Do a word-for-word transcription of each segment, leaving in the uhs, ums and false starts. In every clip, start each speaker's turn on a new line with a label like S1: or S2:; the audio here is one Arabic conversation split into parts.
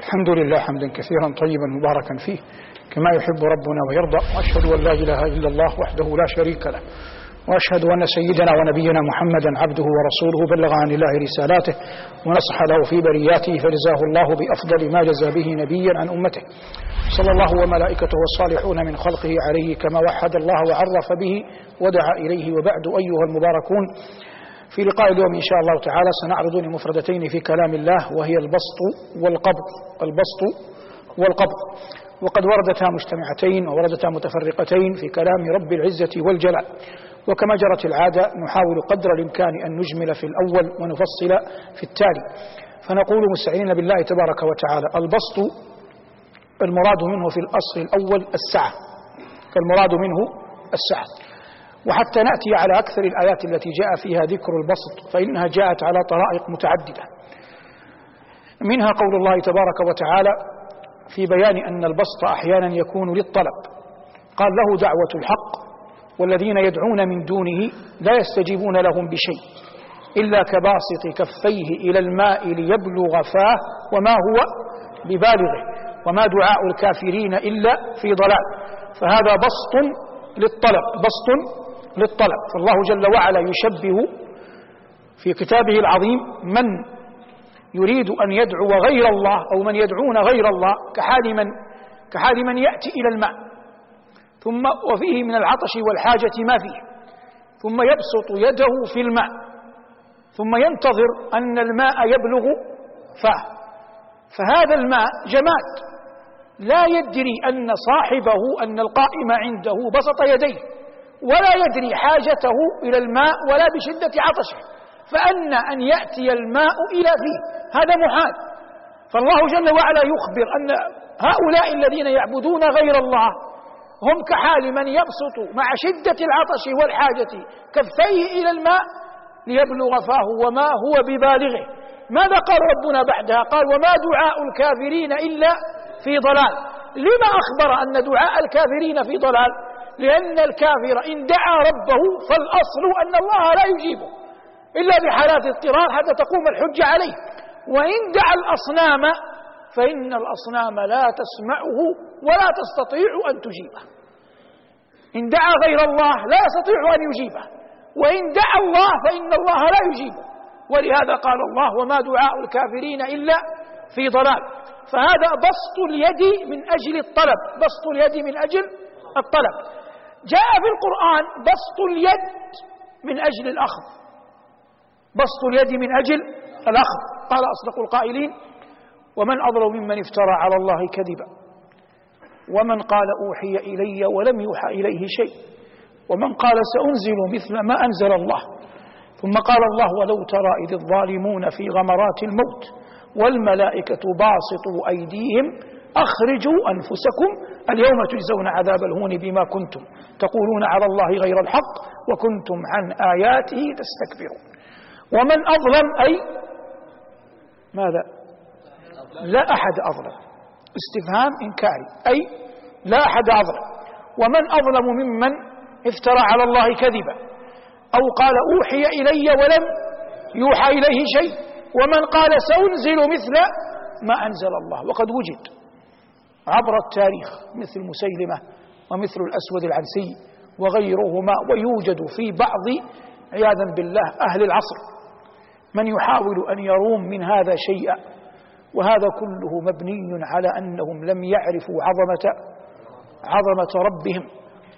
S1: الحمد لله حمدا كثيرا طيبا مباركا فيه كما يحب ربنا ويرضى، وأشهد أن لا إله إلا الله وحده لا شريك له، وأشهد أن سيدنا ونبينا محمدا عبده ورسوله بلغ عن الله رسالاته ونصح له في برياته، فجزاه الله بأفضل ما جزى به نبيا عن أمته، صلى الله وملائكته والصالحون من خلقه عليه كما وحد الله وعرف به ودعا إليه. وبعد أيها المباركون، في لقاء اليوم إن شاء الله تعالى سنعرض لمفردتين في كلام الله، وهي البسط والقبض. البسط والقبض، وقد وردتا مجتمعتين ووردتا متفرقتين في كلام رب العزة والجلال، وكما جرت العادة نحاول قدر الإمكان أن نجمل في الأول ونفصل في التالي. فنقول مستعينين بالله تبارك وتعالى: البسط المراد منه في الأصل الأول السعة، المراد منه السعة. وحتى نأتي على أكثر الآيات التي جاء فيها ذكر البسط فإنها جاءت على طرائق متعددة، منها قول الله تبارك وتعالى في بيان أن البسط أحيانا يكون للطلب، قال: له دعوة الحق والذين يدعون من دونه لا يستجيبون لهم بشيء إلا كباسط كفيه إلى الماء ليبلغ فاه وما هو ببالغه وما دعاء الكافرين إلا في ضلال. فهذا بسط للطلب، بسط للطلب. فالله جل وعلا يشبه في كتابه العظيم من يريد أن يدعو غير الله أو من يدعون غير الله كحال من كحال من يأتي إلى الماء ثم وفيه من العطش والحاجة ما فيه، ثم يبسط يده في الماء ثم ينتظر أن الماء يبلغ فاه. فهذا الماء جماد لا يدري أن صاحبه أن القائم عنده بسط يديه، ولا يدري حاجته إلى الماء ولا بشدة عطشه، فأن أن يأتي الماء إلى فيه هذا محال. فالله جل وعلا يخبر أن هؤلاء الذين يعبدون غير الله هم كحال من يبسط مع شدة العطش والحاجة كفيه إلى الماء ليبلغ فاه وما هو ببالغه. ماذا قال ربنا بعدها؟ قال: وما دعاء الكافرين إلا في ضلال. لما أخبر أن دعاء الكافرين في ضلال؟ لأن الكافر إن دعا ربه فالأصل أن الله لا يجيبه إلا بحالات اضطرار حتى تقوم الحجة عليه، وإن دعا الأصنام فإن الأصنام لا تسمعه ولا تستطيع أن تجيبه. إن دعا غير الله لا يستطيع أن يجيبه، وإن دعا الله فإن الله لا يجيبه. ولهذا قال الله: وما دعاء الكافرين إلا في ضلال. فهذا بسط اليد من أجل الطلب، بسط اليد من أجل الطلب. جاء في القرآن بسط اليد من أجل الأخذ، بسط اليد من أجل الأخذ. قال أصدق القائلين: ومن أظلم ممن افترى على الله كذبا ومن قال أوحي إلي ولم يوحى إليه شيء ومن قال سأنزل مثل ما أنزل الله. ثم قال الله: ولو ترى إذ الظالمون في غمرات الموت والملائكة باسطوا أيديهم أخرجوا أنفسكم اليوم تجزون عذاب الهون بما كنتم تقولون على الله غير الحق وكنتم عن آياته تستكبرون. ومن أظلم أي ماذا؟ لا أحد أظلم، استفهام إنكاري، أي لا أحد أظلم. ومن أظلم ممن افترى على الله كذبا أو قال أوحي إلي ولم يوحى إليه شيء ومن قال سأنزل مثل ما أنزل الله. وقد وجد عبر التاريخ مثل مسيلمة ومثل الأسود العنسي وغيرهما، ويوجد في بعض عياذا بالله أهل العصر من يحاول أن يروم من هذا شيئا، وهذا كله مبني على أنهم لم يعرفوا عظمة عظمة ربهم.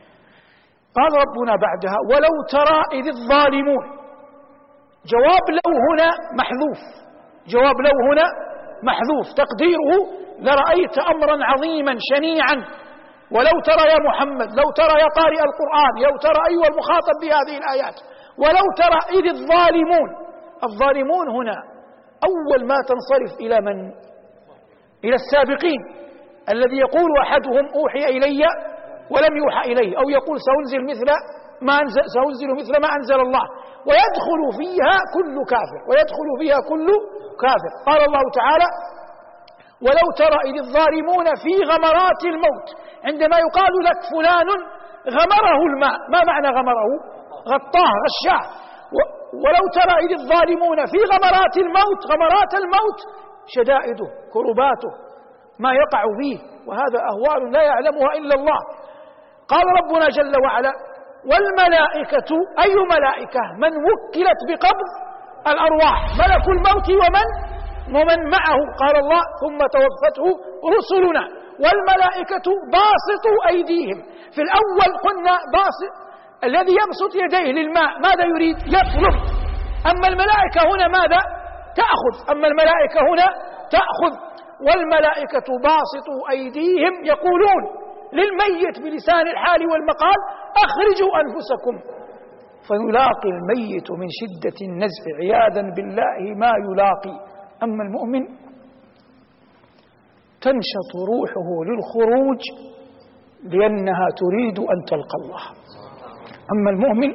S1: قال ربنا بعدها: ولو ترى إذ الظالمون. جواب لو هنا محذوف، جواب لو هنا محذوف، تقديره: لرأيت أمرا عظيما شنيعا. ولو ترى يا محمد، لو ترى يا قارئ القرآن، لو ترى أيها المخاطب بهذه الآيات، ولو ترى إذ الظالمون. الظالمون هنا أول ما تنصرف إلى من؟ إلى السابقين، الذي يقول أحدهم أوحي إلي ولم يوحى إليه، أو يقول سأنزل مثل ما أنزل, سأنزل مثل ما أنزل الله، ويدخل فيها كل كافر، ويدخل فيها كل كافر. قال الله تعالى: ولو ترى إذ الظالمون في غمرات الموت. عندما يقال لك فلان غمره الماء، ما معنى غمره؟ غطاه، غشاه. ولو ترى إذ الظالمون في غمرات الموت، غمرات الموت شدائده، كرباته، ما يقع فيه، وهذا أهوال لا يعلمها إلا الله. قال ربنا جل وعلا: والملائكة، أي ملائكة؟ من وكلت بقبض الأرواح، ملك الموت ومن ومن معه. قال الله: ثم توفته رسلنا والملائكة باسطوا أيديهم. في الأول قلنا باسط، الذي يبسط يديه للماء ماذا يريد؟ يطلب. أما الملائكة هنا ماذا؟ تأخذ. أما الملائكة هنا تأخذ. والملائكة باسطوا أيديهم يقولون للميت بلسان الحال والمقال: أخرجوا أنفسكم. فيلاقي الميت من شدة النزع عياذا بالله ما يلاقي. أما المؤمن تنشط روحه للخروج لأنها تريد أن تلقى الله. أما المؤمن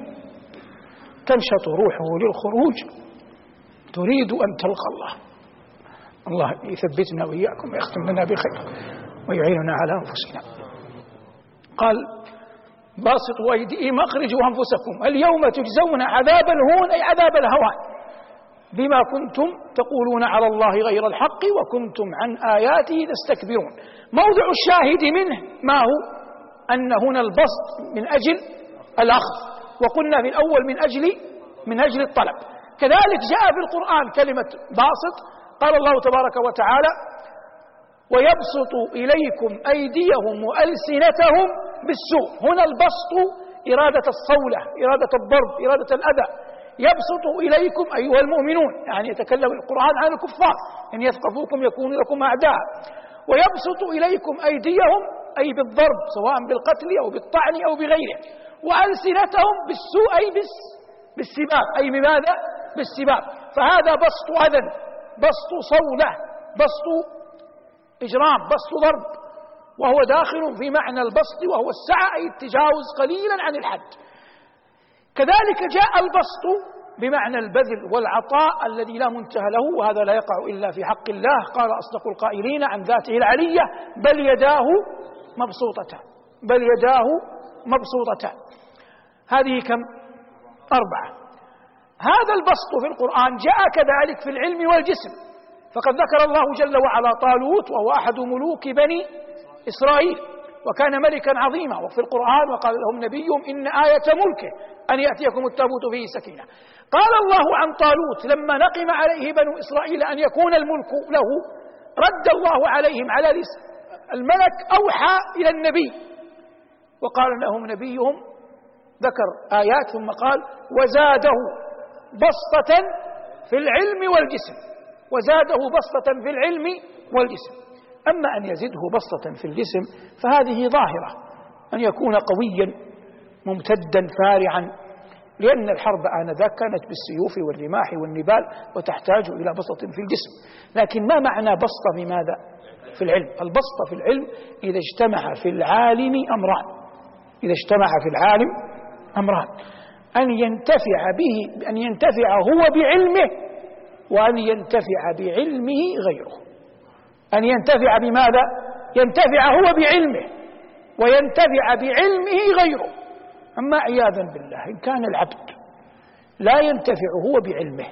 S1: تنشط روحه للخروج تريد أن تلقى الله. الله يثبتنا وإياكم ويختم لنا بخير ويعيننا على أنفسنا. قال: باسطوا أيديهم أخرجوا أنفسكم اليوم تجزون عذاب الهون، أي عذاب الهوان، بما كنتم تقولون على الله غير الحق وكنتم عن آياته تستكبرون. موضع الشاهد منه ما هو؟ أن هنا البسط من أجل الأخذ، وقلنا في الأول من أجل من أجل الطلب. كذلك جاء في القرآن كلمة باسط، قال الله تبارك وتعالى: ويبسط إليكم أيديهم وألسنتهم بالسوء. هنا البسط إرادة الصولة، إرادة الضرب، إرادة الأذى. يبسط إليكم أيها المؤمنون، يعني يتكلم القرآن عن الكفار، إن يثقفوكم يكونوا لكم أعداء. ويبسط إليكم أيديهم أي بالضرب، سواء بالقتل أو بالطعن أو بغيره، وألسنتهم بالسوء أي بالسباب، أي بماذا؟ بالسباب. فهذا بسط أذى، بسط صولة، بسط إجرام، بسط ضرب، وهو داخل في معنى البسط وهو السعة، أي التجاوز قليلا عن الحد. كذلك جاء البسط بمعنى البذل والعطاء الذي لا منتهى له، وهذا لا يقع إلا في حق الله. قال أصدق القائلين عن ذاته العلية: بل يداه مبسوطتان، بل يداه مبسوطتان. هذه كم؟ أربعة. هذا البسط في القرآن جاء كذلك في العلم والجسم، فقد ذكر الله جل وعلا طالوت وهو أحد ملوك بني إسرائيل، وكان ملكا عظيما. وفي القرآن: وقال لهم نبيهم إن آية ملكه أن يأتيكم التابوت فيه سكينة. قال الله عن طالوت لما نقم عليه بنو إسرائيل أن يكون الملك له، رد الله عليهم على الملك أوحى إلى النبي، وقال لهم نبيهم، ذكر آيات ثم قال: وزاده بسطة في العلم والجسم، وزاده بسطة في العلم والجسم. أما أن يزده بسطة في الجسم فهذه ظاهرة، أن يكون قويا ممتدا فارعا، لأن الحرب آنذاك كانت بالسيوف والرماح والنبال وتحتاج إلى بسطة في الجسم. لكن ما معنى بسطة بماذا؟ في العلم. البسطة في العلم إذا اجتمع في العالم أمران، إذا اجتمع في العالم أمران: أن ينتفع به، أن ينتفع هو بعلمه، وأن ينتفع بعلمه غيره. أن ينتفع بماذا؟ ينتفع هو بعلمه وينتفع بعلمه غيره. أما عياذا بالله إن كان العبد لا ينتفع هو بعلمه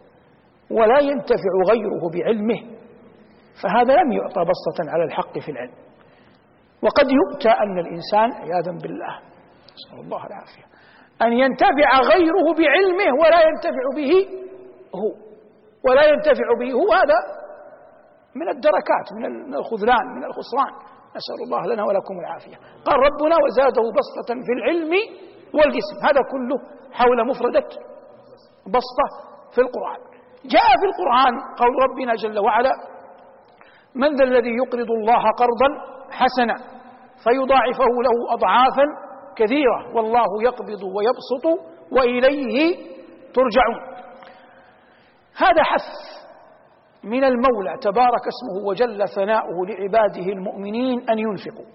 S1: ولا ينتفع غيره بعلمه، فهذا لم يعطى بسطة على الحق في العلم. وقد يؤتى أن الإنسان عياذا بالله، نسأل الله العافية، أن ينتفع غيره بعلمه ولا ينتفع به هو، ولا ينتفع به هو. هذا من الدركات، من الخذلان، من الخسران، نسأل الله لنا ولكم العافية. قال ربنا: وزاده بسطة في العلم والجسم. هذا كله حول مفردة بسطة في القرآن. جاء في القرآن قول ربنا جل وعلا: من ذا الذي يقرض الله قرضا حسنا فيضاعفه له أضعافا كثيرة والله يقبض ويبسط وإليه ترجعون. هذا حث من المولى تبارك اسمه وجل ثناؤه لعباده المؤمنين أن ينفقوا،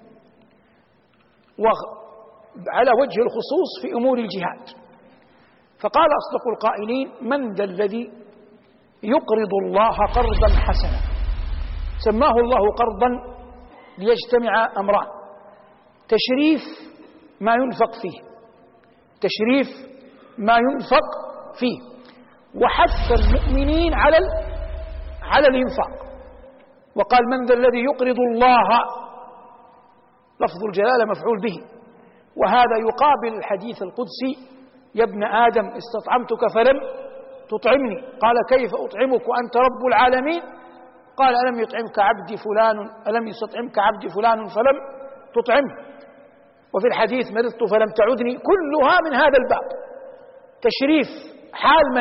S1: وعلى وجه الخصوص في أمور الجهاد. فقال أصدق القائلين: من ذا الذي يقرض الله قرضا حسنا. سماه الله قرضا ليجتمع أمران: تشريف ما ينفق فيه، تشريف ما ينفق فيه، وحث المؤمنين على على الإنفاق. وقال من ذا الذي يقرض الله، لفظ الجلالة مفعول به، وهذا يقابل الحديث القدسي يا ابن آدم استطعمتك فلم تطعمني، قال كيف أطعمك وأنت رب العالمين؟ قال ألم يطعمك عبدي فلان ألم يستطعمك عبدي فلان فلم تطعمه، وفي الحديث مرضت فلم تعدني. كلها من هذا الباب، تشريف حال من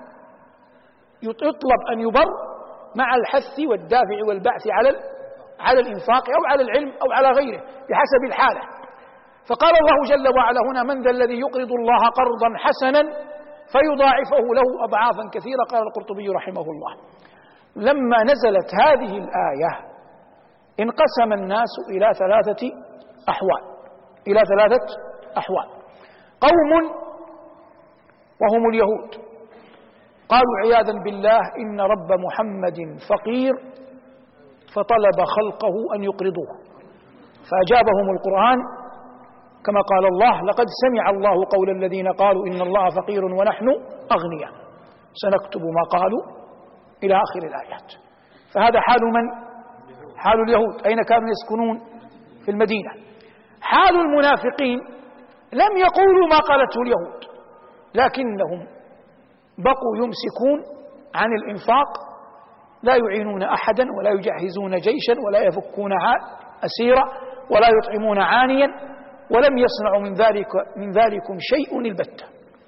S1: يطلب أن يبر مع الحث والدافع والبعث على على الإنفاق أو على العلم أو على غيره بحسب الحالة. فقال الله جل وعلا هنا من ذا الذي يقرض الله قرضا حسنا فيضاعفه له أضعافا كثيرة. قال القرطبي رحمه الله لما نزلت هذه الآية انقسم الناس إلى ثلاثة أحوال إلى ثلاثة أحوال قوم وهم اليهود قالوا عياذا بالله إن رب محمد فقير فطلب خلقه أن يقرضوه، فأجابهم القرآن كما قال الله لقد سمع الله قول الذين قالوا إن الله فقير ونحن أغنياء سنكتب ما قالوا إلى آخر الآيات. فهذا حال من؟ حال اليهود. أين كانوا يسكنون؟ في المدينة. حال المنافقين لم يقولوا ما قالته اليهود، لكنهم بقوا يمسكون عن الإنفاق، لا يعينون أحدا ولا يجهزون جيشا ولا يفكون أسيرا ولا يطعمون عانيا، ولم يصنعوا من ذلك من ذلكم شيء البتة.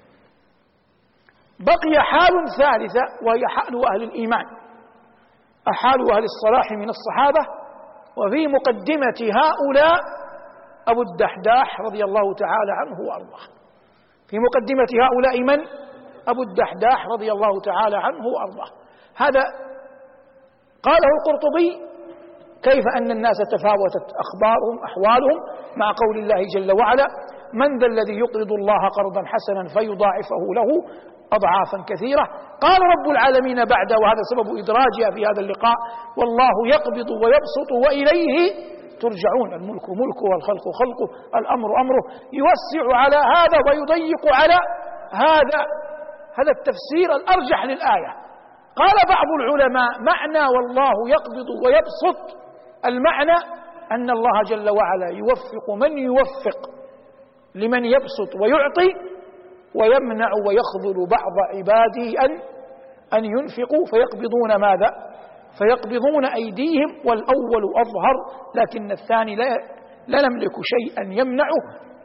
S1: بقي حال ثالثة وهي حال أهل الإيمان، أحال أهل الصلاح من الصحابة، وفي مقدمة هؤلاء أبو الدحداح رضي الله تعالى عنه وأرضاه. في مقدمة هؤلاء من؟ أبو الدحداح رضي الله تعالى عنه وأرضاه. هذا قاله القرطبي كيف أن الناس تفاوتت أخبارهم أحوالهم مع قول الله جل وعلا من ذا الذي يقرض الله قرضا حسنا فيضاعفه له أضعافا كثيرة. قال رب العالمين بعد، وهذا سبب إدراجها في هذا اللقاء، والله يقبض ويبسط وإليه ترجعون، الملك ملكه والخلق خلقه الأمر أمره، يوسع على هذا ويضيق على هذا. هذا التفسير الأرجح للآية. قال بعض العلماء معنى والله يقبض ويبسط، المعنى أن الله جل وعلا يوفق من يوفق لمن يبسط ويعطي، ويمنع ويخذل بعض عباده أن أن ينفقوا فيقبضون ماذا؟ فيقبضون أيديهم، والأول أظهر، لكن الثاني لا, لا نملك شيئا يمنعه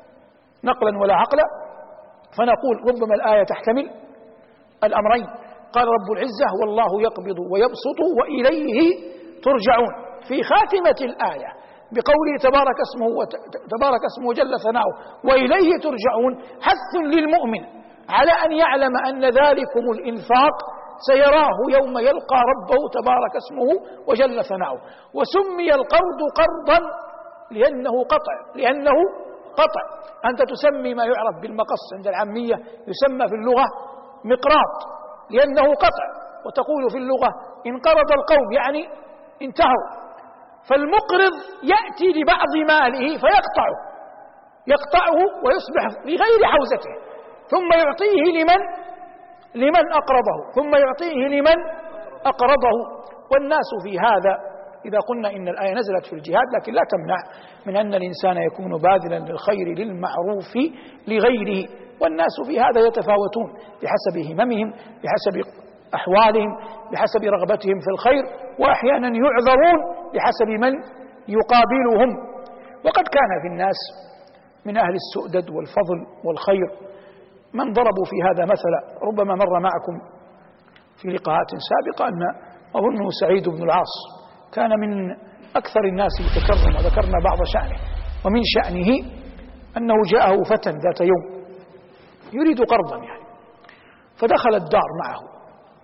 S1: نقلا ولا عقلا. فنقول ربما الآية تحتمل الأمرين. قال رب العزة والله يقبض ويبسط وإليه ترجعون في خاتمة الآية بقوله تبارك اسمه تبارك اسمه جل ثناؤه وإليه ترجعون، حث للمؤمن على أن يعلم أن ذلكم الإنفاق سيراه يوم يلقى ربه تبارك اسمه وجل ثناؤه. وسمي القرض قرضا لأنه قطع لأنه قطع أنت تسمي ما يعرف بالمقص عند العامية يسمى في اللغة مقراط لأنه قطع، وتقول في اللغة انقرض القوم يعني انتهوا. فالمقرض يأتي لبعض ماله فيقطعه يقطعه ويصبح بغير حوزته، ثم يعطيه لمن لمن أقرضه ثم يعطيه لمن أقرضه. والناس في هذا إذا قلنا إن الآية نزلت في الجهاد، لكن لا تمنع من أن الإنسان يكون باذلا للخير للمعروف لغيره، والناس في هذا يتفاوتون بحسب هممهم بحسب أحوالهم بحسب رغبتهم في الخير، وأحيانا يعذرون بحسب من يقابلهم. وقد كان في الناس من أهل السؤدد والفضل والخير من ضربوا في هذا مثلا. ربما مر معكم في لقاءات سابقة أن أظنه سعيد بن العاص كان من أكثر الناس تكرما، وذكرنا بعض شأنه. ومن شأنه أنه جاءه فتى ذات يوم يريد قرضا يعني، فدخل الدار معه.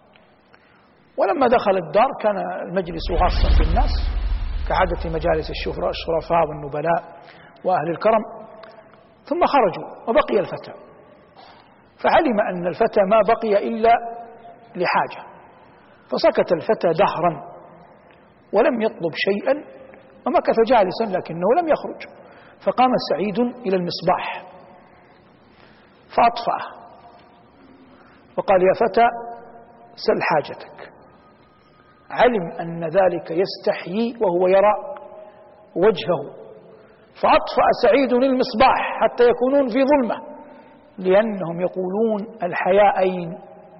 S1: ولما دخل الدار كان المجلس غاصا بالناس كعادة مجالس الشرفاء والنبلاء وأهل الكرم، ثم خرجوا وبقي الفتى. فعلم أن الفتى ما بقي إلا لحاجة، فسكت الفتى دهرا ولم يطلب شيئا ومكث جالسا لكنه لم يخرج. فقام سعيد إلى المصباح فأطفأه وقال يا فتى سل حاجتك. علم أن ذلك يستحيي وهو يرى وجهه، فأطفأ سعيد المصباح حتى يكونون في ظلمة، لأنهم يقولون الحياء أين؟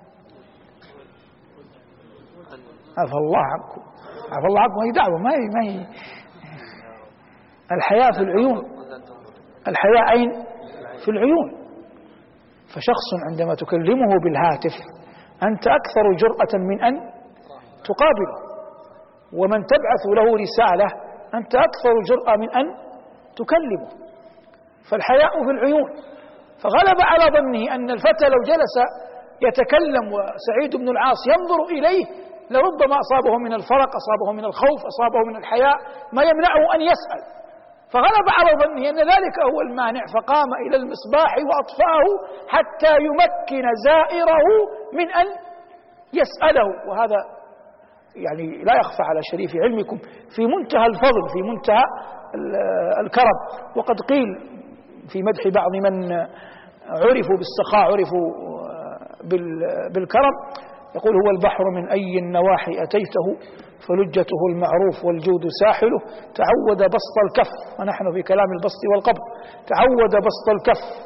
S1: عفى الله عنكم، عفى الله عنكم، هي دعوة ما هي ما هي الحياء في العيون، الحياء أين؟ في العيون. فشخص عندما تكلمه بالهاتف أنت أكثر جرأة من أن تقابله، ومن تبعث له رسالة أنت أكثر جرأة من أن تكلمه، فالحياء في العيون. فغلب على ظنه أن الفتى لو جلس يتكلم وسعيد بن العاص ينظر إليه لربما أصابه من الفرق، أصابه من الخوف، أصابه من الحياء ما يمنعه أن يسأل، فغلب على ظنه أن ذلك هو المانع، فقام إلى المصباح وأطفأه حتى يمكن زائره من أن يسأله. وهذا يعني لا يخفى على شريف علمكم في منتهى الفضل، في منتهى الكرم. وقد قيل في مدح بعض من عرفوا بالسخاء عرفوا بالكرم، يقول هو البحر من أي النواحي أتيته فلجته المعروف والجود ساحله، تعود بسط الكف، ونحن في كلام البسط والقبض، تعود بسط الكف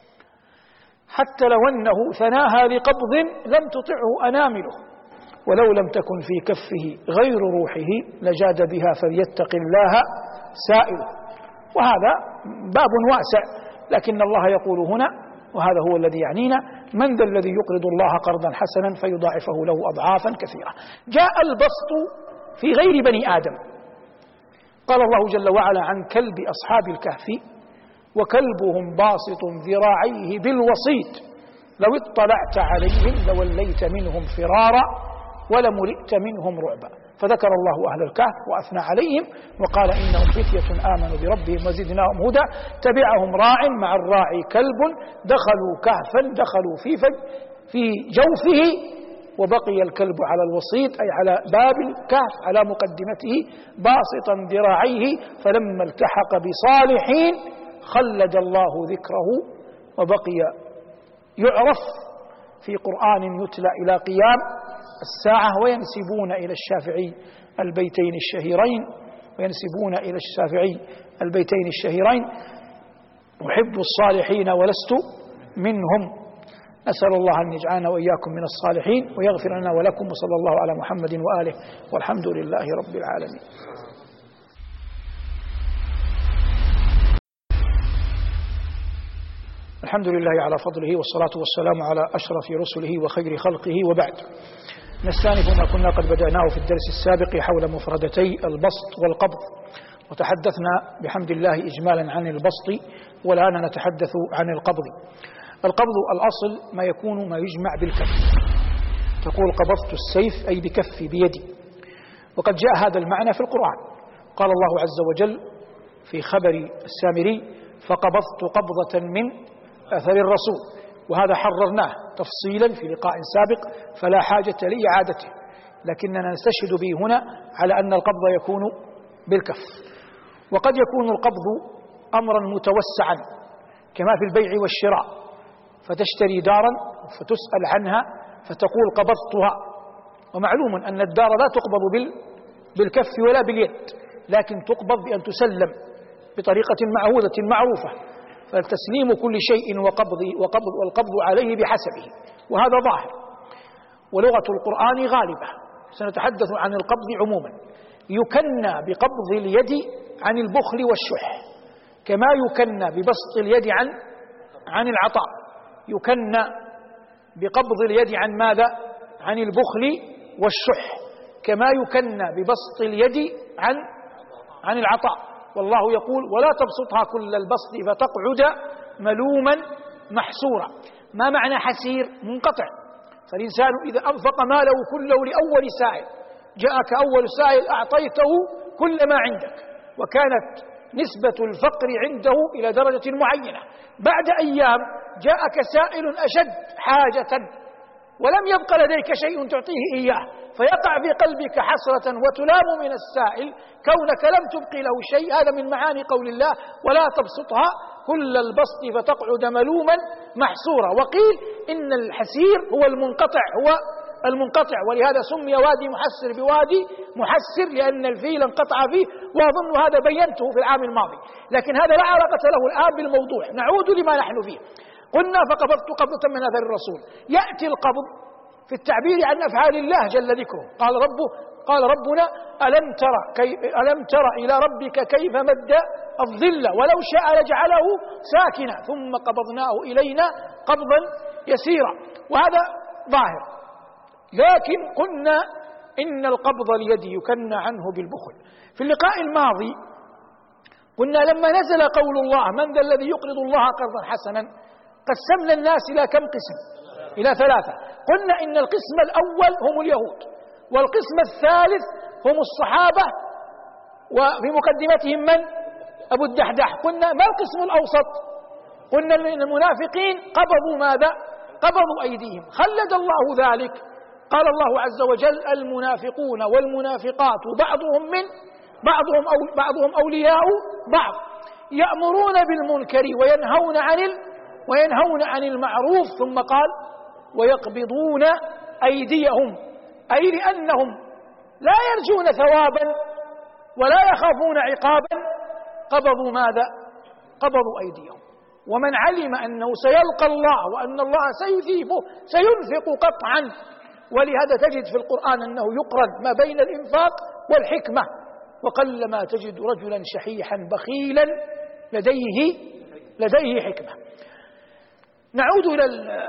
S1: حتى لو أنه ثناها لقبض لم تطعه أنامله، ولو لم تكن في كفه غير روحه لجاد بها فليتق الله سائله. وهذا باب واسع، لكن الله يقول هنا، وهذا هو الذي يعنينا: من ذا الذي يقرض الله قرضا حسنا فيضاعفه له أضعافا كثيرة. جاء البسط في غير بني آدم، قال الله جل وعلا عن كلب أصحاب الكهف: وكلبهم باسط ذراعيه بالوسيط لو اطلعت عليهم لوليت منهم فرارا ولملئت منهم رعبا. فذكر الله أهل الكهف وأثنى عليهم وقال: إنهم فتية آمنوا بربهم وزدناهم هدى تبعهم راع مع الراعي كلب دخلوا كهفا دخلوا في في جوفه وبقي الكلب على الوسيط، أي على باب الكهف على مقدمته باسطا ذراعيه، فلما التحق بصالحين خلد الله ذكره وبقي يعرف في قرآن يتلى إلى قيام الساعة. وينسبون إلى الشافعي البيتين الشهيرين وينسبون إلى الشافعي البيتين الشهيرين: أحب الصالحين ولست منهم. نسأل الله أن يجعلنا وإياكم من الصالحين ويغفر لنا ولكم، وصلى الله على محمد وآله والحمد لله رب العالمين. الحمد لله على فضله والصلاة والسلام على أشرف رسله وخير خلقه، وبعد. نستأنف ما كنا قد بدأناه في الدرس السابق حول مفردتي البسط والقبض، وتحدثنا بحمد الله إجمالا عن البسط، والآن نتحدث عن القبض. القبض الأصل ما يكون ما يجمع بالكف، تقول قبضت السيف أي بكفي بيدي، وقد جاء هذا المعنى في القرآن. قال الله عز وجل في خبر السامري: فقبضت قبضة من أثر الرسول، وهذا حررناه تفصيلا في لقاء سابق فلا حاجة لإعادته، لكننا نستشهد به هنا على أن القبض يكون بالكف. وقد يكون القبض أمرا متوسعا كما في البيع والشراء، فتشتري دارا فتسأل عنها فتقول قبضتها، ومعلوم أن الدار لا تقبض بالكف ولا باليد، لكن تقبض بأن تسلم بطريقة معهودة معروفة، فالتسليم كل شيء وقبض وقبض والقبض عليه بحسبه، وهذا ظاهر. ولغة القرآن غالبة، سنتحدث عن القبض عموما. يكنى بقبض اليد عن البخل والشح، كما يكنى ببسط اليد عن عن العطاء. يكنى بقبض اليد عن ماذا؟ عن البخل والشح، كما يكنى ببسط اليد عن عن العطاء. والله يقول: ولا تبسطها كل البسط فتقعد ملوما محسورا. ما معنى حسير؟ منقطع. فالإنسان إذا أنفق ماله كله لأول سائل، جاءك أول سائل أعطيته كل ما عندك، وكانت نسبة الفقر عنده إلى درجة معينة، بعد أيام جاءك سائل أشد حاجة ولم يبق لديك شيء تعطيه إياه، فيقع في قلبك حسرة وتلام من السائل كونك لم تبق له شيء. هذا من معاني قول الله: ولا تبسطها كل البسط فتقعد ملوما محسورا. وقيل إن الحسير هو المنقطع، هو المنقطع، ولهذا سمي وادي محسر بوادي محسر لأن الفيل انقطع فيه، وأظن هذا بينته في العام الماضي، لكن هذا لا علاقة له الآن بالموضوع. نعود لما نحن فيه. قلنا فقبضت قبضة من أثر الرسول. يأتي القبض في التعبير عن أفعال الله جل ذكره. قال ربه قال ربنا ألم تر كي ألم تر إلى ربك كيف مد الظل ولو شاء لجعله ساكنا ثم قبضناه إلينا قبضا يسيرا، وهذا ظاهر. لكن قلنا إن القبض اليد يكنى عنه بالبخل. في اللقاء الماضي قلنا لما نزل قول الله من ذا الذي يقرض الله قرضا حسنا قسمنا الناس إلى كم قسم؟ إلى ثلاثة. قلنا إن القسم الأول هم اليهود، والقسم الثالث هم الصحابة، وفي مقدمتهم من؟ أبو الدحداح. قلنا ما القسم الأوسط؟ قلنا إن المنافقين قبضوا ماذا؟ قبضوا أيديهم. خلد الله ذلك، قال الله عز وجل المنافقون والمنافقات بعضهم من بعضهم أو بعضهم أولياء بعض يأمرون بالمنكر وينهون عن ال وينهون عن المعروف، ثم قال ويقبضون أيديهم، أي لأنهم لا يرجون ثوابا ولا يخافون عقابا قبضوا ماذا؟ قبضوا أيديهم. ومن علم أنه سيلقى الله وأن الله سيثيبه سينفق قطعا، ولهذا تجد في القرآن أنه يقرن ما بين الإنفاق والحكمة، وقلما تجد رجلا شحيحا بخيلا لديه لديه حكمة. نعود إلى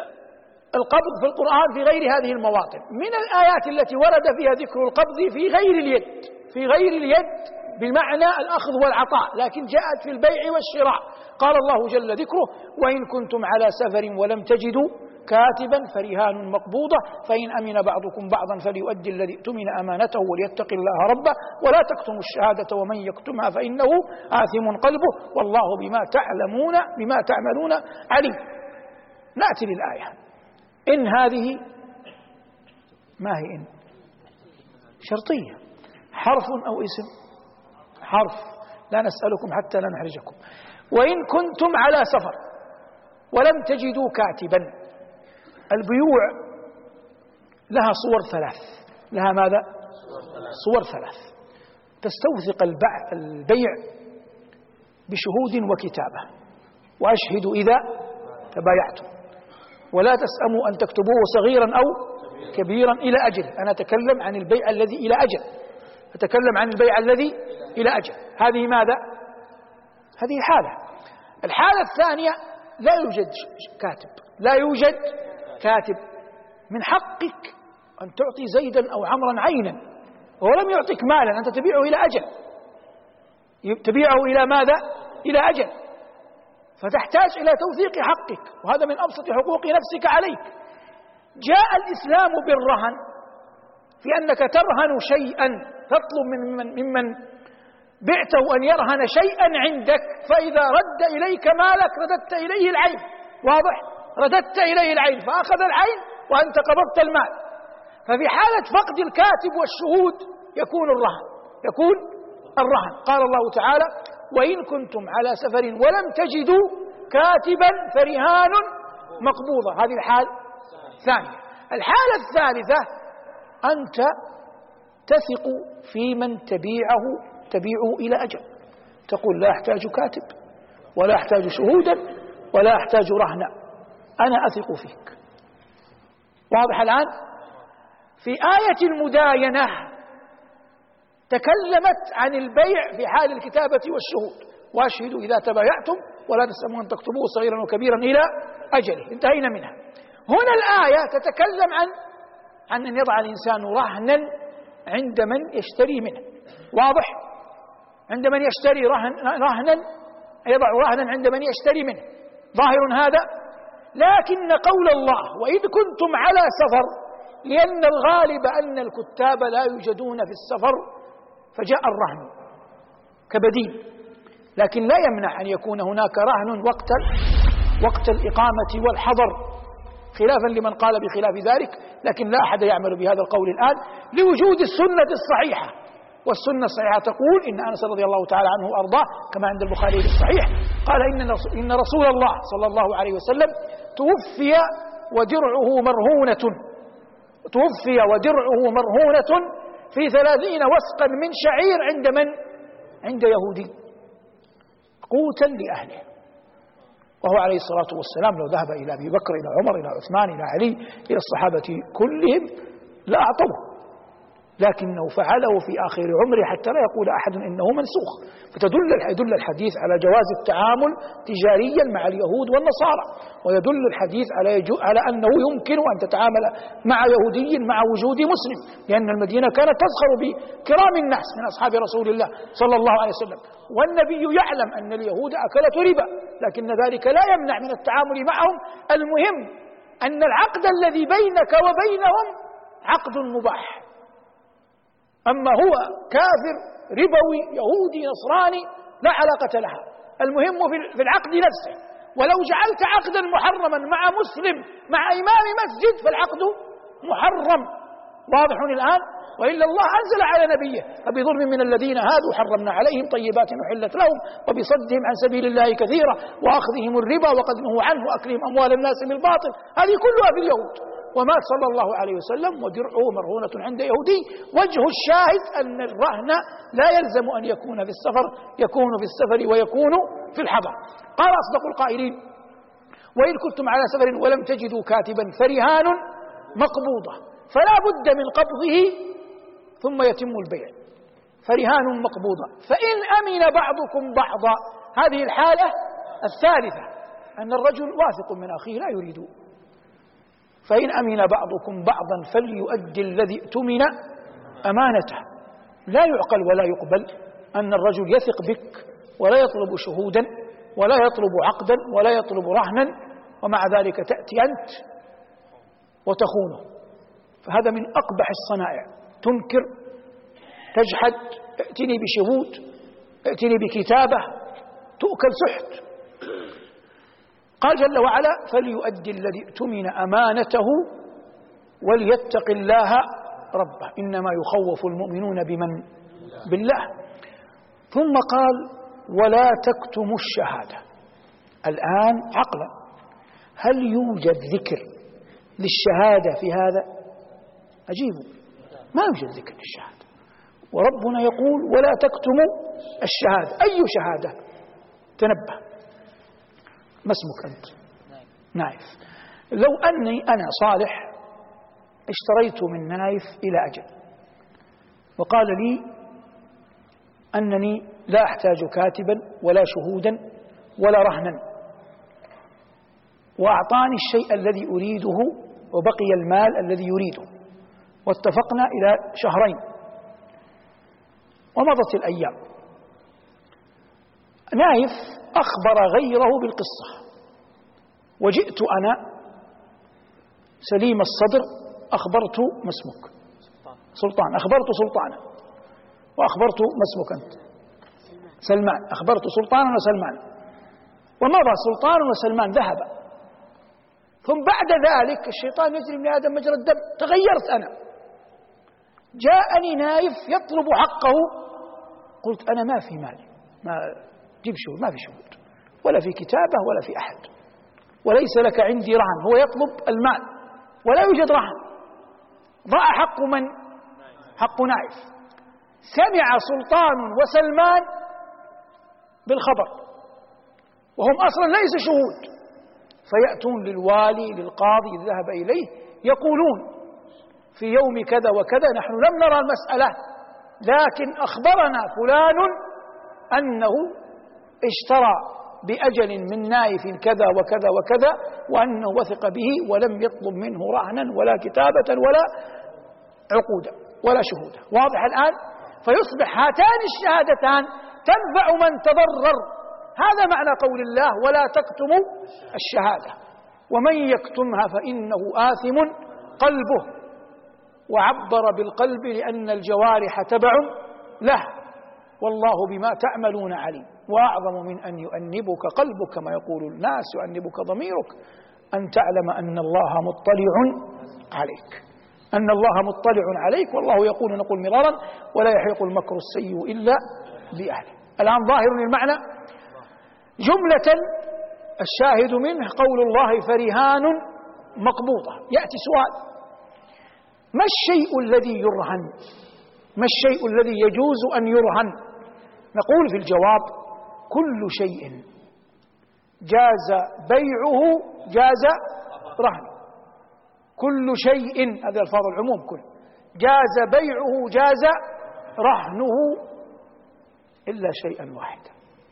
S1: القبض في القرآن في غير هذه المواطن. من الآيات التي ورد فيها ذكر القبض في غير اليد، في غير اليد بمعنى الأخذ والعطاء، لكن جاءت في البيع والشراء. قال الله جل ذكره وإن كنتم على سفر ولم تجدوا كاتبا فرهان مقبوضة فإن أمن بعضكم بعضا فليؤدي الذي اؤتمن أمانته وليتق الله ربه ولا تكتموا الشهادة ومن يكتمها فإنه آثم قلبه والله بما تعلمون بما تعملون عليم. نأتي للآية. إن هذه ما هي إن؟ شرطية، حرف أو اسم؟ حرف، لا نسألكم حتى لا نحرجكم. وإن كنتم على سفر ولم تجدوا كاتبا. البيوع لها صور ثلاث، لها ماذا؟ صور ثلاث. تستوثق البيع بشهود وكتابة، وأشهدوا إذا تبايعتم، ولا تسأموا أن تكتبوه صغيرا أو كبيرا إلى أجل. أنا أتكلم عن البيع الذي إلى أجل، أتكلم عن البيع الذي إلى أجل. هذه ماذا؟ هذه حالة. الحالة الثانية لا يوجد كاتب، لا يوجد كاتب. من حقك أن تعطي زيدا أو عمرا عينا وهو لم يعطيك مالا، أنت تبيعه إلى أجل، تبيعه إلى ماذا؟ إلى أجل، فتحتاج إلى توثيق حقك، وهذا من أبسط حقوق نفسك عليك. جاء الإسلام بالرهن في أنك ترهن شيئا، تطلب من من ممن بعته أن يرهن شيئا عندك، فإذا رد إليك مالك رددت إليه العين. واضح؟ رددت إليه العين فأخذ العين وأنت قبضت المال. ففي حالة فقد الكاتب والشهود يكون الرهن يكون الرهن قال الله تعالى وإن كنتم على سفر ولم تجدوا كاتبا فرهان مقبوضة. هذه الحالة الثانية. الحالة الثالثة أنت تثق في من تبيعه تبيعه إلى أجل، تقول لا أحتاج كاتب ولا أحتاج شهودا ولا أحتاج رهنا، أنا أثق فيك. واضح الآن؟ في آية المداينة تكلمت عن البيع في حال الكتابة والشهود، واشهدوا إذا تبايعتم ولا تسأموا أن تكتبوه صغيرا وكبيرا إلى أجله، انتهينا منها. هنا الآية تتكلم عن عن أن يضع الإنسان رهنا عند من يشتري منه. واضح؟ عند من يشتري رهن رهنا يضع رهنا عند من يشتري منه، ظاهر هذا. لكن قول الله وإذ كنتم على سفر، لأن الغالب أن الكتاب لا يوجدون في السفر فجاء الرهن كبديل، لكن لا يمنع أن يكون هناك رهن وقت وقت الإقامة والحضر، خلافا لمن قال بخلاف ذلك، لكن لا أحد يعمل بهذا القول الآن لوجود السنة الصحيحة. والسنة الصحيحة تقول إن أنس رضي الله تعالى عنه وأرضاه كما عند البخاري الصحيح قال إن رسول الله صلى الله عليه وسلم توفي ودرعه مرهونة، توفي ودرعه مرهونة في ثلاثين وسقا من شعير عند من؟ عند يهودي، قوتا لأهله. وهو عليه الصلاة والسلام لو ذهب إلى أبي بكر إلى عمر إلى عثمان إلى علي إلى الصحابة كلهم لا أعطوه، لكنه فعله في آخر عمره حتى لا يقول أحد إنه منسوخ. فتدل يدل الحديث على جواز التعامل تجاريا مع اليهود والنصارى، ويدل الحديث على على أنه يمكن أن تتعامل مع يهودي مع وجود مسلم، لأن المدينة كانت تزخر بكرام الناس من أصحاب رسول الله صلى الله عليه وسلم، والنبي يعلم أن اليهود أكلة ربا، لكن ذلك لا يمنع من التعامل معهم. المهم أن العقد الذي بينك وبينهم عقد مباح. أما هو كافر ربوي يهودي نصراني لا علاقة لها، المهم في العقد نفسه. ولو جعلت عقدا محرما مع مسلم مع إمام مسجد فالعقد محرم، واضح الآن؟ وإلا الله أنزل على نبيه فبظلم من الذين هادوا حرمنا عليهم طيبات أحلت لهم وبصدهم عن سبيل الله كثيرا وأخذهم الربا وقد نهوا عنه وأكلهم أموال الناس بالباطل، هذه كلها في اليهود. ومات صلى الله عليه وسلم ودرعه مرهونة عند يهودي. وجه الشاهد أن الرهن لا يلزم أن يكون في السفر، يكون في السفر ويكون في الحضر. قال أصدق القائلين: وإن كنتم على سفر ولم تجدوا كاتبا فرهان مقبوضة، فلا بد من قبضه ثم يتم البيع. فرهان مقبوضة، فإن أمن بعضكم بعضا، هذه الحالة الثالثة أن الرجل واثق من أخيه لا يريد. فإن أمن بعضكم بعضا فليؤدي الذي اؤتمن أمانته. لا يعقل ولا يقبل أن الرجل يثق بك ولا يطلب شهودا ولا يطلب عقدا ولا يطلب رهنا، ومع ذلك تأتي أنت وتخونه. فهذا من أقبح الصنائع، تنكر، تجحد، ائتني بشهود، ائتني بكتابة، تؤكل سحت. قال جل وعلا: فليؤدي الذي اؤتمن أمانته وليتق الله ربه إنما يخوف المؤمنون بمن؟ بالله. ثم قال: ولا تكتموا الشهادة. الآن عقلا، هل يوجد ذكر للشهادة في هذا؟ أجيبوا، ما يوجد ذكر للشهادة، وربنا يقول: ولا تكتموا الشهادة. أي شهادة؟ تنبه، ما اسمك أنت؟ نايف. لو أني أنا صالح اشتريت من نايف إلى أجل وقال لي أنني لا أحتاج كاتبا ولا شهودا ولا رهنا، وأعطاني الشيء الذي أريده وبقي المال الذي يريده، واتفقنا إلى شهرين ومضت الأيام، نايف أخبر غيره بالقصة، وجئت أنا سليم الصدر أخبرت ما اسمك؟ سلطان. أخبرت سلطانا وأخبرت ما اسمك أنت؟ سلمان. أخبرت سلطانا وسلمان، ومضى سلطان وسلمان ذهب. ثم بعد ذلك الشيطان يجري من آدم مجرى الدم، تغيرت أنا، جاءني نايف يطلب حقه، قلت أنا ما في مالي، ما جيب شهود، ما في شهود ولا في كتابة ولا في أحد، وليس لك عندي رهن. هو يطلب المال ولا يوجد رهن، ضاع حق من؟ حق نايف. سمع سلطان وسلمان بالخبر وهم أصلا ليس شهود، فيأتون للوالي للقاضي ذهب إليه يقولون: في يوم كذا وكذا نحن لم نرى المسألة، لكن أخبرنا فلان أنه اشترى بأجل من نايف كذا وكذا وكذا، وأنه وثق به ولم يطلب منه رهنا ولا كتابة ولا عقودا ولا شهودا. واضح الآن؟ فيصبح هاتان الشهادتان تنفع من تضرر. هذا معنى قول الله: ولا تكتموا الشهادة، ومن يكتمها فإنه آثم قلبه. وعبر بالقلب لأن الجوارح تبع له، والله بما تعملون عليم. وأعظم من أن يؤنبك قلبك كما يقول الناس، يؤنبك ضميرك، أن تعلم أن الله مطلع عليك، أن الله مطلع عليك. والله يقول، نقول مرارا: ولا يحيق المكر السيء إلا بأهله. الآن ظاهر المعنى. جملة الشاهد منه قول الله: فرهان مقبوضة. يأتي سؤال: ما الشيء الذي يرهن؟ ما الشيء الذي يجوز أن يرهن؟ نقول في الجواب: كل شيء جاز بيعه جاز رهنه. كل شيء، هذه ألفاظ العموم، كل جاز بيعه جاز رهنه إلا شيئا واحدا.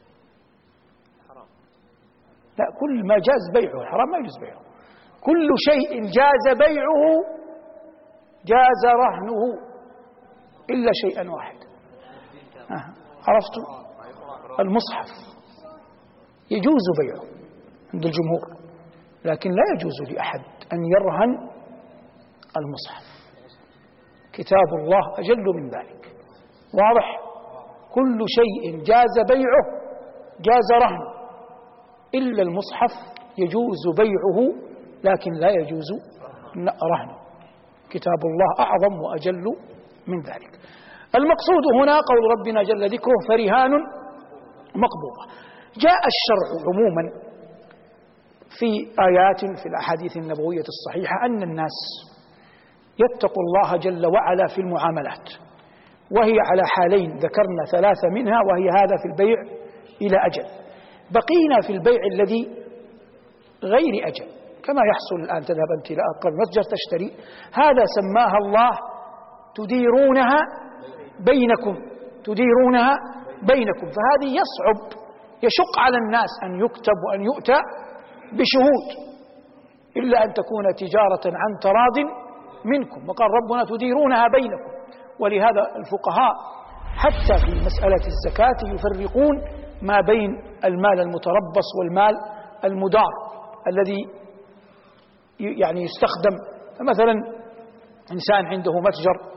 S1: لا، كل ما جاز بيعه، الحرام ما يجوز بيعه. كل شيء جاز بيعه جاز رهنه إلا شيئا واحدا. آه. عرفتم؟ المصحف يجوز بيعه عند الجمهور، لكن لا يجوز لأحد أن يرهن المصحف. كتاب الله أجل من ذلك. واضح؟ كل شيء جاز بيعه جاز رهنه إلا المصحف يجوز بيعه لكن لا يجوز رهنه. كتاب الله أعظم وأجل من ذلك. المقصود هنا قول ربنا جل ذكره: فرهان مقبوضة. جاء الشرع عموما في آيات في الأحاديث النبوية الصحيحة أن الناس يتقوا الله جل وعلا في المعاملات، وهي على حالين ذكرنا ثلاثة منها، وهي هذا في البيع إلى أجل. بقينا في البيع الذي غير أجل، كما يحصل الآن تذهب أنت إلى أقرب متجر تشتري، هذا سماها الله تديرونها بينكم، تديرونها بينكم. فهذه يصعب، يشق على الناس أن يكتب وأن يؤتى بشهود إلا أن تكون تجارة عن تراض منكم. وقال ربنا تديرونها بينكم. ولهذا الفقهاء حتى في مسألة الزكاة يفرقون ما بين المال المتربص والمال المدار الذي يعني يستخدم. فمثلا إنسان عنده متجر،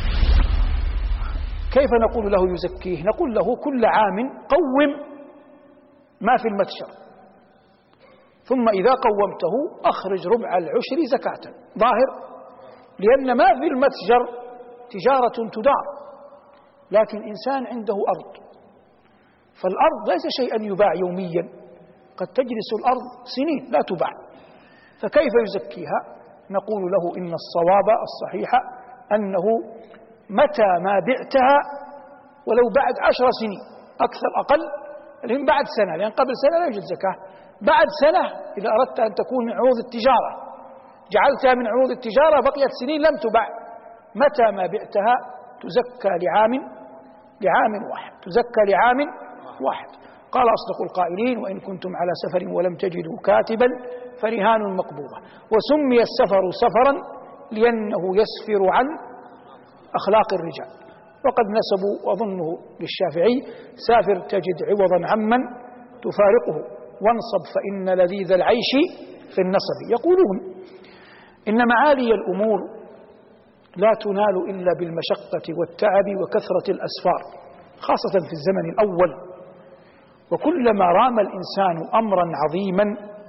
S1: كيف نقول له يزكيه؟ نقول له كل عام قوم ما في المتجر، ثم إذا قومته أخرج ربع العشر زكاة ظاهر، لأن ما في المتجر تجارة تدار. لكن إنسان عنده أرض، فالأرض ليس شيئا يباع يوميا، قد تجلس الأرض سنين لا تباع، فكيف يزكيها؟ نقول له إن الصواب الصحيح أنه متى ما بعتها، ولو بعد عشر سنين أكثر أقل، لأن بعد سنة، لأن قبل سنة لا يوجد زكاة، بعد سنة إذا أردت أن تكون من عروض التجارة جعلتها من عروض التجارة بقيت سنين لم تباع، متى ما بعتها تزكى لعام لعام واحد، تزكى لعام واحد. قال أصدق القائلين: وإن كنتم على سفر ولم تجدوا كاتبا فرهان مقبوضة. وسمي السفر سفرا لأنه يسفر عن أخلاق الرجال. وقد نسبوا أظنه للشافعي: سافر تجد عوضا عمن تفارقه، وانصب فإن لذيذ العيش في النصب. يقولون إن معالي الأمور لا تنال إلا بالمشقة والتعب وكثرة الأسفار، خاصة في الزمن الأول. وكلما رام الإنسان أمرا عظيما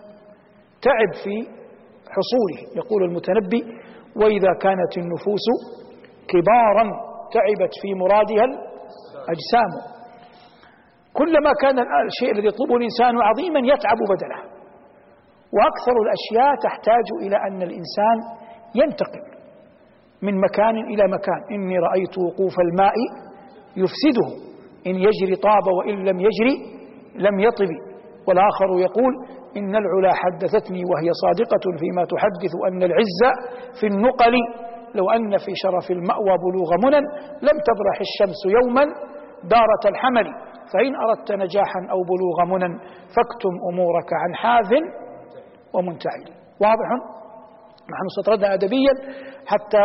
S1: تعب في حصوله. يقول المتنبي: وإذا كانت النفوس كبارا تعبت في مرادها الأجسام. كلما كان الشيء الذي يطلبه الإنسان عظيما يتعب بدله. وأكثر الأشياء تحتاج إلى أن الإنسان ينتقل من مكان إلى مكان. إني رأيت وقوف الماء يفسده، إن يجري طاب وإن لم يجري لم يطب. والآخر يقول: إن العلا حدثتني وهي صادقة فيما تحدث أن العز في النقل، لو أن في شرف المأوى بلوغ منى لم تبرح الشمس يوما دارة الحمل، فإن أردت نجاحا أو بلوغ منى فاكتم أمورك عن حاذ ومنتعل. واضح؟ نحن استطردنا أدبيا حتى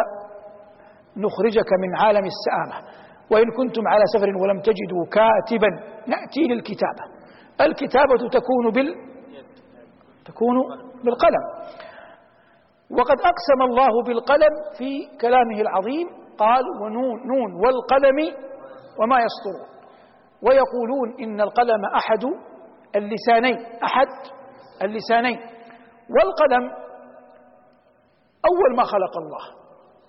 S1: نخرجك من عالم السآمة. وإن كنتم على سفر ولم تجدوا كاتبا، نأتي للكتابة. الكتابة تكون بال تكون بالقلم. وقد أقسم الله بالقلم في كلامه العظيم، قال: ونون نون والقلم وما يسطرون. ويقولون إن القلم أحد اللسانين، أحد اللسانين. والقلم أول ما خلق الله،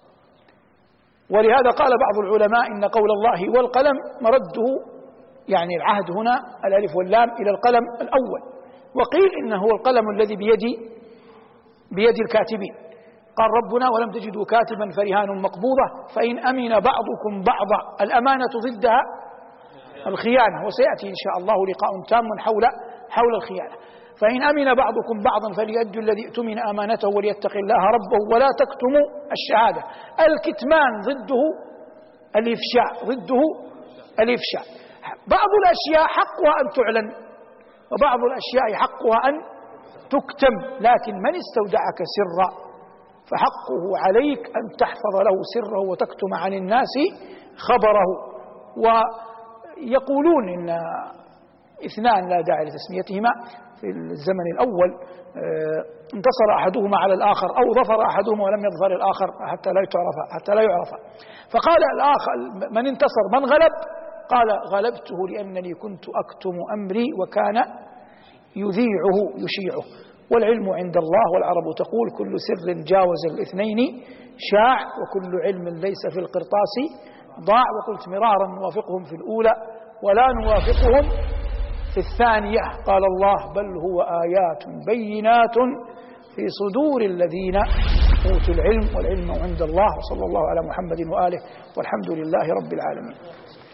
S1: ولهذا قال بعض العلماء إن قول الله والقلم مرده، يعني العهد هنا الألف واللام إلى القلم الأول. وقيل إنه هو القلم الذي بيد بيد الكاتبين. قال ربنا ولم تجدوا كاتبا فرهان مقبوضة فإن أمن بعضكم بعضا، الأمانة ضدها الخيانة، وسيأتي إن شاء الله لقاء تام حول حول الخيانة. فإن أمن بعضكم بعضا فليؤدي الذي اؤتمن أمانته وليتق الله ربه ولا تكتموا الشهادة. الكتمان ضده الإفشاء، ضده الإفشاء. بعض الأشياء حقها أن تعلن وبعض الأشياء حقها أن تكتم، لكن من استودعك سرا فحقه عليك أن تحفظ له سره وتكتم عن الناس خبره. ويقولون إن اثنان لا داعي لتسميتهما في الزمن الأول انتصر أحدهما على الآخر أو ظفر أحدهما ولم يظفر الآخر حتى لا يعرف حتى لا يعرف فقال الآخر من انتصر من غلب؟ قال غلبته لأنني كنت أكتم أمري وكان يذيعه يشيعه. والعلم عند الله، والعرب تقول كل سر جاوز الاثنين شاع وكل علم ليس في القرطاس ضاع. وقلت مرارا نوافقهم في الأولى ولا نوافقهم في الثانية. قال الله بل هو آيات بينات في صدور الذين أوتوا العلم والعلم عند الله. وصلى الله على محمد وآله والحمد لله رب العالمين.